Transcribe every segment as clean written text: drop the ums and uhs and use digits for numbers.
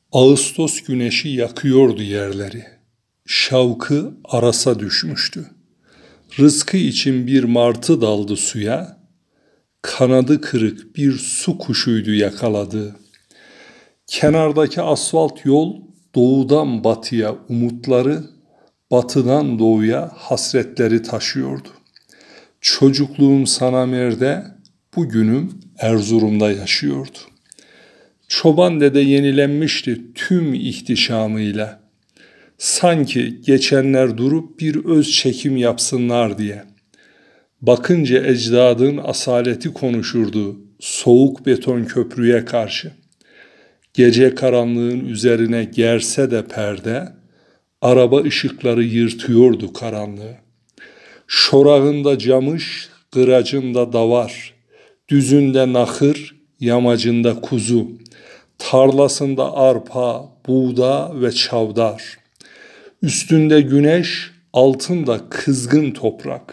Ağustos güneşi yakıyordu yerleri. Şavkı arasa düşmüştü. Rızkı için bir martı daldı suya. Kanadı kırık bir su kuşuydu yakaladığı. Kenardaki asfalt yol doğudan batıya umutları, batıdan doğuya hasretleri taşıyordu. Çocukluğum Sanamer'de, bugünüm Erzurum'da yaşıyordu. Çoban dede yenilenmişti tüm ihtişamıyla. Sanki geçenler durup bir öz çekim yapsınlar diye. Bakınca ecdadın asaleti konuşurdu soğuk beton köprüye karşı. Gece karanlığın üzerine gerse de perde, araba ışıkları yırtıyordu karanlığı. Şorağında camış, kıracında davar, düzünde nakır, yamacında kuzu, tarlasında arpa, buğda ve çavdar. Üstünde güneş, altında kızgın toprak.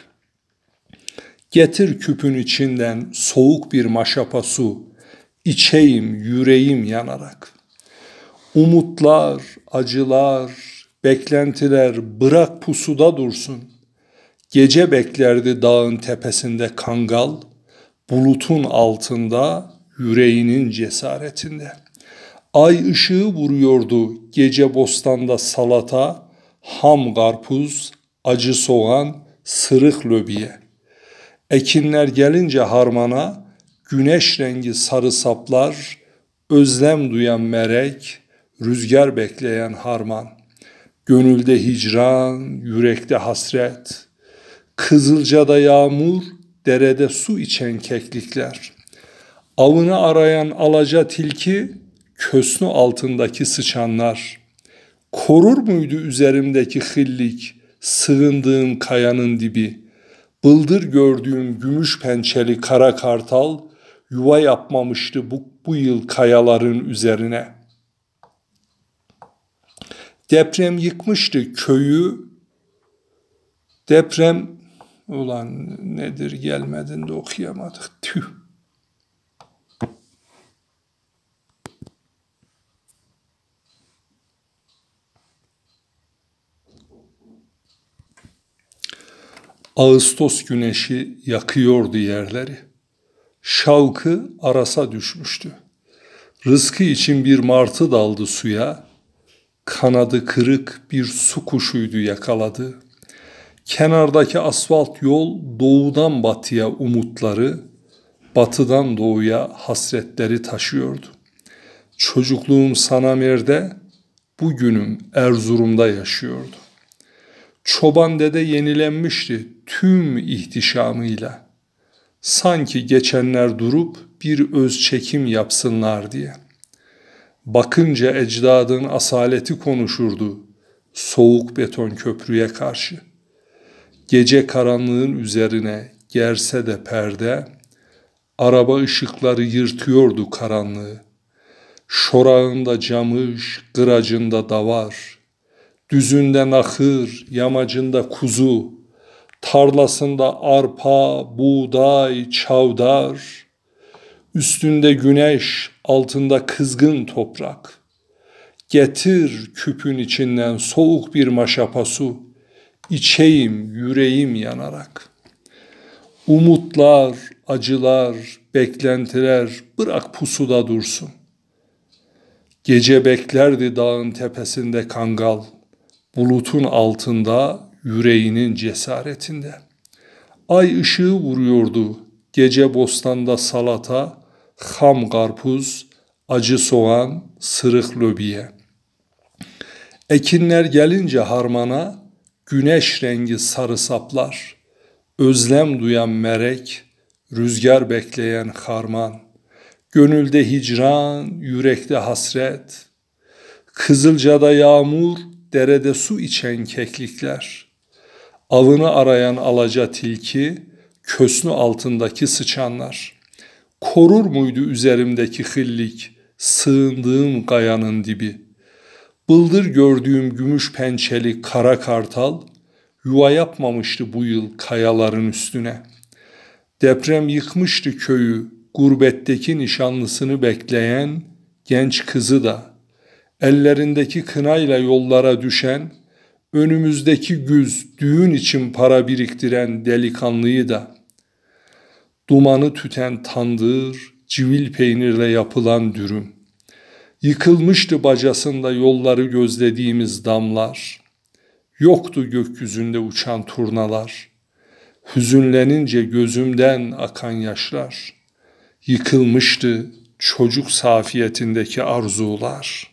Getir küpün içinden soğuk bir maşapa su, içeyim yüreğim yanarak. Umutlar, acılar, beklentiler bırak pusuda dursun. Gece beklerdi dağın tepesinde kangal, bulutun altında yüreğinin cesaretinde. Ay ışığı vuruyordu gece bostanda salata, ham karpuz, acı soğan, sırık löbiye. Ekinler gelince harmana, güneş rengi sarı saplar, özlem duyan melek, rüzgar bekleyen harman. Gönülde hicran, yürekte hasret. Kızılca'da yağmur, derede su içen keklikler. Avını arayan alaca tilki, kösnü altındaki sıçanlar. Korur muydu üzerimdeki hillik, sığındığım kayanın dibi? Bıldır gördüğüm gümüş pençeli kara kartal, yuva yapmamıştı bu yıl kayaların üzerine. Deprem yıkmıştı köyü, deprem, ulan nedir gelmedin de okuyamadık, tüh. Ağustos güneşi yakıyordu yerleri. Şavkı arasa düşmüştü. Rızkı için bir martı daldı suya. Kanadı kırık bir su kuşuydu yakaladı. Kenardaki asfalt yol doğudan batıya umutları, batıdan doğuya hasretleri taşıyordu. Çocukluğum Sanamer'de, bugünüm Erzurum'da yaşıyordu. Çoban dede yenilenmişti tüm ihtişamıyla. Sanki geçenler durup bir öz çekim yapsınlar diye. Bakınca ecdadın asaleti konuşurdu soğuk beton köprüye karşı. Gece karanlığın üzerine gerse de perde, araba ışıkları yırtıyordu karanlığı. Şorağında camış, kıracında davar, düzünde nakır, yamacında kuzu, tarlasında arpa, buğday, çavdar, üstünde güneş, altında kızgın toprak. Getir küpün içinden soğuk bir maşapa su, içeyim yüreğim yanarak. Umutlar, acılar, beklentiler bırak pusuda dursun. Gece beklerdi dağın tepesinde kangal, bulutun altında yüreğinin cesaretinde. Ay ışığı vuruyordu gece bostanda salata, ham karpuz, acı soğan, sırık löbiye. Ekinler gelince harmana, güneş rengi sarı saplar, özlem duyan melek, rüzgar bekleyen harman. Gönülde hicran, yürekte hasret. Kızılca'da yağmur, derede su içen keklikler. Avını arayan alaca tilki, kösnü altındaki sıçanlar. Korur muydu üzerimdeki hillik, sığındığım kayanın dibi? Bıldır gördüğüm gümüş pençeli kara kartal, yuva yapmamıştı bu yıl kayaların üstüne. Deprem yıkmıştı köyü, gurbetteki nişanlısını bekleyen genç kızı da. Ellerindeki kınayla yollara düşen, önümüzdeki güz düğün için para biriktiren delikanlıyı da, dumanı tüten tandır, civil peynirle yapılan dürüm, yıkılmıştı bacasında yolları gözlediğimiz damlar, yoktu gökyüzünde uçan turnalar, hüzünlenince gözümden akan yaşlar, yıkılmıştı çocuk safiyetindeki arzular.